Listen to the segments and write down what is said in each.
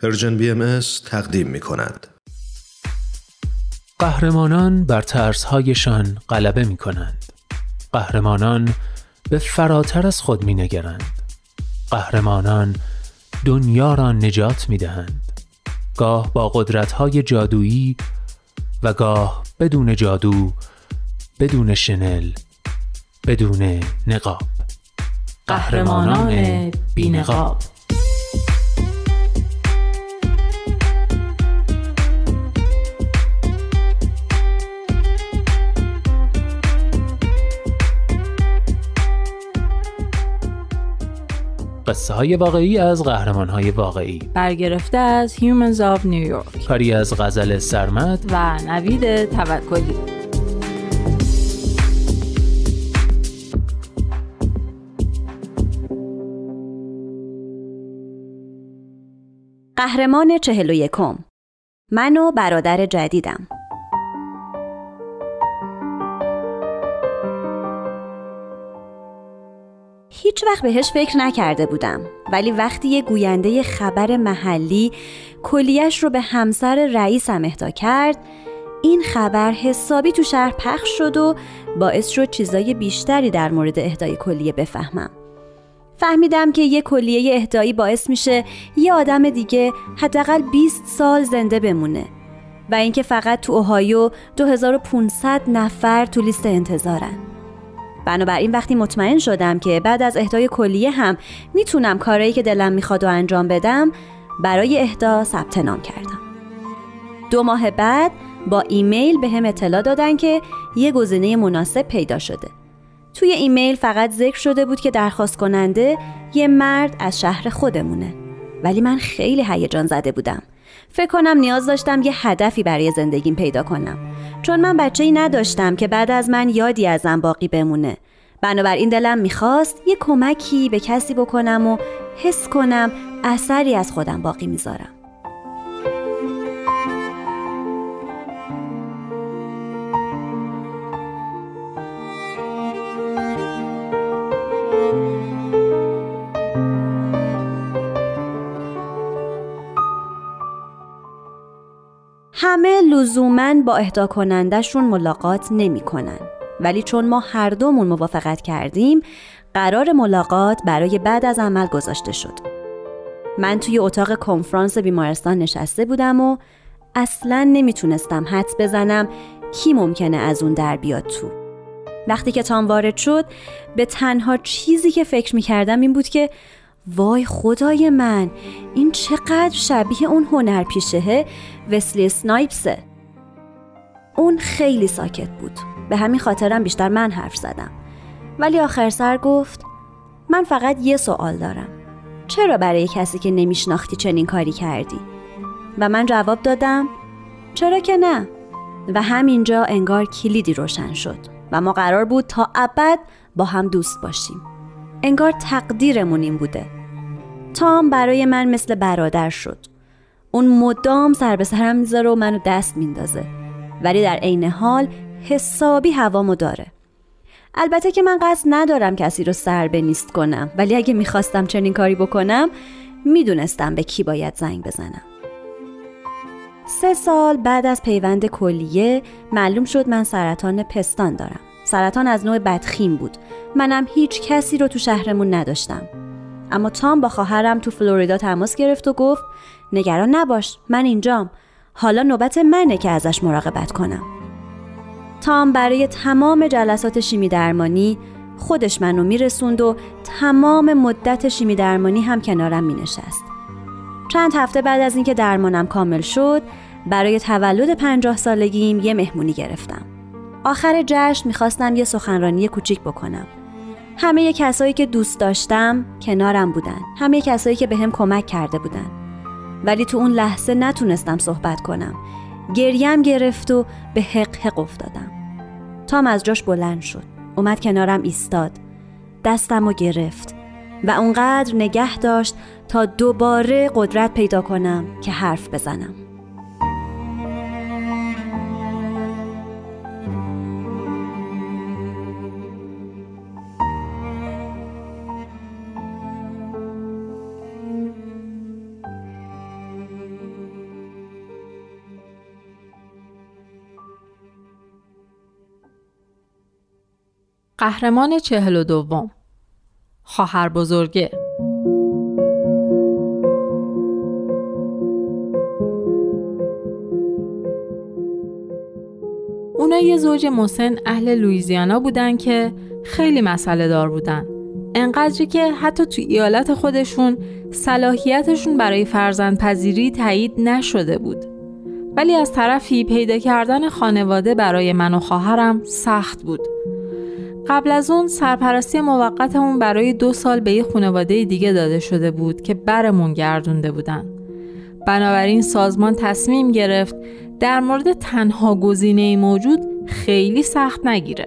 پرژن BMS تقدیم می کند. قهرمانان بر ترس‌هایشان غلبه می کنند. قهرمانان به فراتر از خود می نگرند. قهرمانان دنیا را نجات می دهند. گاه با قدرت‌های جادویی و گاه بدون جادو، بدون شنل، بدون نقاب. قهرمانان بی نقاب. قصه های واقعی از قهرمان های واقعی، برگرفته از Humans of New York، کاری از غزل سرمد و نوید توکلی. قهرمان 41. من و برادر جدیدم. هیچ وقت بهش فکر نکرده بودم، ولی وقتی یه گوینده خبر محلی کلیه‌اش رو به همسر رئیسم اهدا کرد، این خبر حسابی تو شهر پخش شد و باعث شد چیزای بیشتری در مورد اهدای کلیه بفهمم. فهمیدم که یه کلیه اهدایی باعث میشه یه آدم دیگه حداقل 20 سال زنده بمونه و اینکه فقط تو اوهایو 2500 نفر تو لیست انتظارن. بنابراین وقتی مطمئن شدم که بعد از اهدای کلیه هم میتونم کارایی که دلم میخواد و انجام بدم، برای اهدا ثبت نام کردم. 2 ماه بعد با ایمیل به هم اطلاع دادن که یه گزینه مناسب پیدا شده. توی ایمیل فقط ذکر شده بود که درخواست کننده یه مرد از شهر خودمونه، ولی من خیلی هیجان زده بودم. فکر کنم نیاز داشتم یه هدفی برای زندگیم پیدا کنم، چون من بچه‌ای نداشتم که بعد از من یادی ازم باقی بمونه. بنابراین دلم میخواست یه کمکی به کسی بکنم و حس کنم اثری از خودم باقی میذارم. همه لزوماً با اهدا کنندشون ملاقات نمی کنن. ولی چون ما هر دومون موافقت کردیم، قرار ملاقات برای بعد از عمل گذاشته شد. من توی اتاق کنفرانس بیمارستان نشسته بودم و اصلاً نمیتونستم حدس بزنم کی ممکنه از اون در بیاد تو. وقتی که تام وارد شد، به تنها چیزی که فکر میکردم این بود که وای خدای من، این چقدر شبیه اون هنرپیشه‌ه وسلی اسنایپسه. اون خیلی ساکت بود، به همین خاطرم بیشتر من حرف زدم. ولی آخر سر گفت من فقط یه سوال دارم، چرا برای کسی که نمیشناختی چنین کاری کردی؟ و من جواب دادم چرا که نه. و همینجا انگار کلیدی روشن شد و ما قرار بود تا ابد با هم دوست باشیم. انگار تقدیرمون این بوده. تام برای من مثل برادر شد. اون مدام سر به سرم میذاره و منو دست میندازه، ولی در عین حال حسابی هوامو داره. البته که من قصد ندارم کسی رو سر به نیست کنم، ولی اگه میخواستم چنین کاری بکنم میدونستم به کی باید زنگ بزنم. 3 سال بعد از پیوند کلیه معلوم شد من سرطان پستان دارم. سرطان از نوع بدخیم بود. منم هیچ کسی رو تو شهرمون نداشتم. اما تام با خواهرم تو فلوریدا تماس گرفت و گفت نگران نباش، من اینجام. حالا نوبت منه که ازش مراقبت کنم. تام برای تمام جلسات شیمی درمانی خودش منو میرسوند و تمام مدت شیمی درمانی هم کنارم مینشست. چند هفته بعد از اینکه درمانم کامل شد، برای تولد 50 سالگیم یه مهمونی گرفتم. آخر جشن میخواستم یه سخنرانی کوچیک بکنم. همه کسایی که دوست داشتم کنارم بودن، همه کسایی که بهم کمک کرده بودن. ولی تو اون لحظه نتونستم صحبت کنم. گریم گرفت و به حق حق افتادم. تام از جاش بلند شد، اومد کنارم ایستاد، دستمو گرفت و اونقدر نگه داشت تا دوباره قدرت پیدا کنم که حرف بزنم. قهرمان 42 خواهر بزرگه. اونا یه زوج مسن اهل لوئیزیانا بودن که خیلی مسئله دار بودن. انقدری که حتی تو ایالت خودشون صلاحیتشون برای فرزندپذیری تایید نشده بود. ولی از طرفی پیدا کردن خانواده برای من و خواهرم سخت بود. قبل از اون سرپرستی موقتمون برای 2 سال به یه خانواده دیگه داده شده بود که برمون گردونده بودن. بنابراین سازمان تصمیم گرفت در مورد تنها گزینه موجود خیلی سخت نگیره.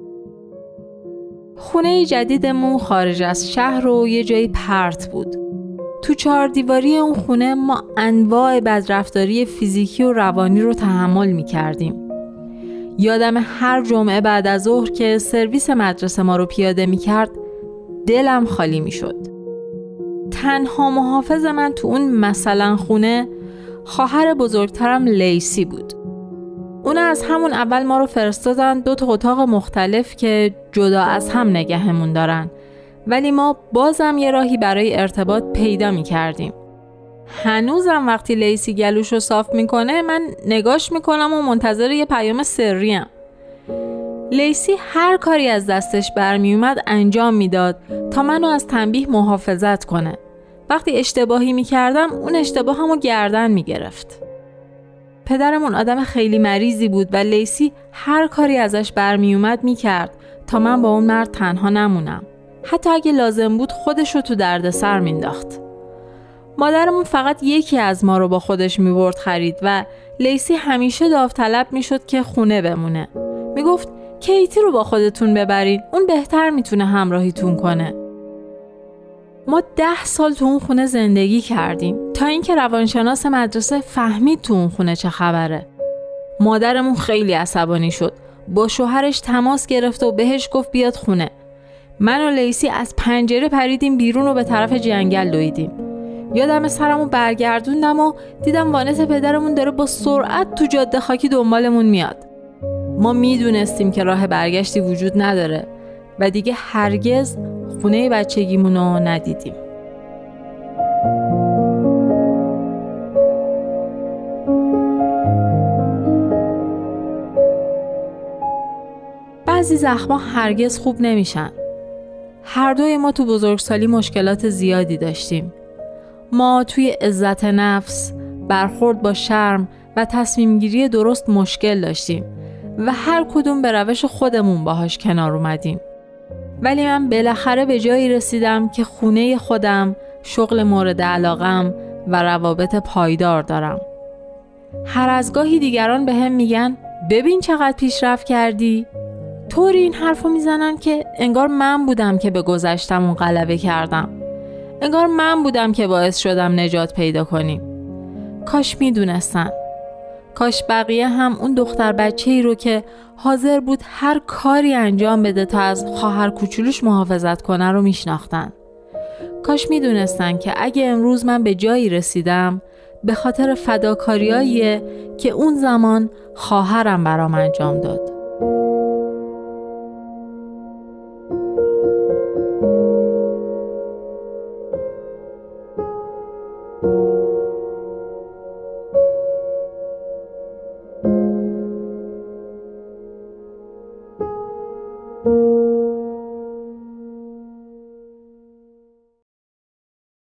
خونه جدیدمون خارج از شهر و یه جایی پرت بود. تو 4 دیواری اون خونه ما انواع بدرفتاری فیزیکی و روانی رو تحمل می‌کردیم. یادم هر جمعه بعد از ظهر که سرویس مدرسه ما رو پیاده می‌کرد دلم خالی می‌شد. تنها محافظ من تو اون مثلا خونه خواهر بزرگترم لیسی بود. اونا از همون اول ما رو فرستادن 2 اتاق مختلف که جدا از هم نگهمون دارن، ولی ما بازم یه راهی برای ارتباط پیدا می کردیم. هنوزم وقتی لیسی گلوش رو صاف میکنه من نگاش میکنم و منتظر یه پیام سریم. لیسی هر کاری از دستش برمی اومد انجام میداد تا منو از تنبیه محافظت کنه. وقتی اشتباهی میکردم اون اشتباهمو گردن میگرفت. پدرمون آدم خیلی مریضی بود و لیسی هر کاری ازش برمی اومد میکرد تا من با اون مرد تنها نمونم. حتی اگه لازم بود خودشو تو دردسر مینداخت. مادرمون فقط یکی از ما رو با خودش میبرد خرید و لیسی همیشه داوطلب میشد که خونه بمونه. میگفت کیتی رو با خودتون ببرین، اون بهتر میتونه همراهیتون کنه. ما 10 سال تو اون خونه زندگی کردیم تا اینکه روانشناس مدرسه فهمید تو اون خونه چه خبره. مادرمون خیلی عصبانی شد. با شوهرش تماس گرفت و بهش گفت بیاد خونه. من و لیسی از پنجره پریدیم بیرون و به طرف جنگل دویدیم. یادم سرمو برگردوندم و دیدم وانت پدرمون داره با سرعت تو جاده خاکی دنبالمون میاد. ما میدونستیم که راه برگشتی وجود نداره و دیگه هرگز خونه بچگیمونو ندیدیم. بعضی زخما هرگز خوب نمیشن. هر دوی ما تو بزرگسالی مشکلات زیادی داشتیم. ما توی عزت نفس، برخورد با شرم و تصمیم گیری درست مشکل داشتیم و هر کدوم به روش خودمون باهاش کنار اومدیم. ولی من بالاخره به جایی رسیدم که خونه خودم، شغل مورد علاقم و روابط پایدار دارم. هر از گاهی دیگران به هم میگن ببین چقدر پیشرفت کردی. طوری این حرفو میزنن که انگار من بودم که به گذشتمون غلبه کردم. انگار من بودم که باعث شدم نجات پیدا کنیم. کاش میدونستن. کاش بقیه هم اون دختر بچه‌ای رو که حاضر بود هر کاری انجام بده تا از خواهر کوچولوش محافظت کنه رو میشناختن. کاش میدونستن که اگه امروز من به جایی رسیدم به خاطر فداکاریاییه که اون زمان خواهرم برام انجام داد.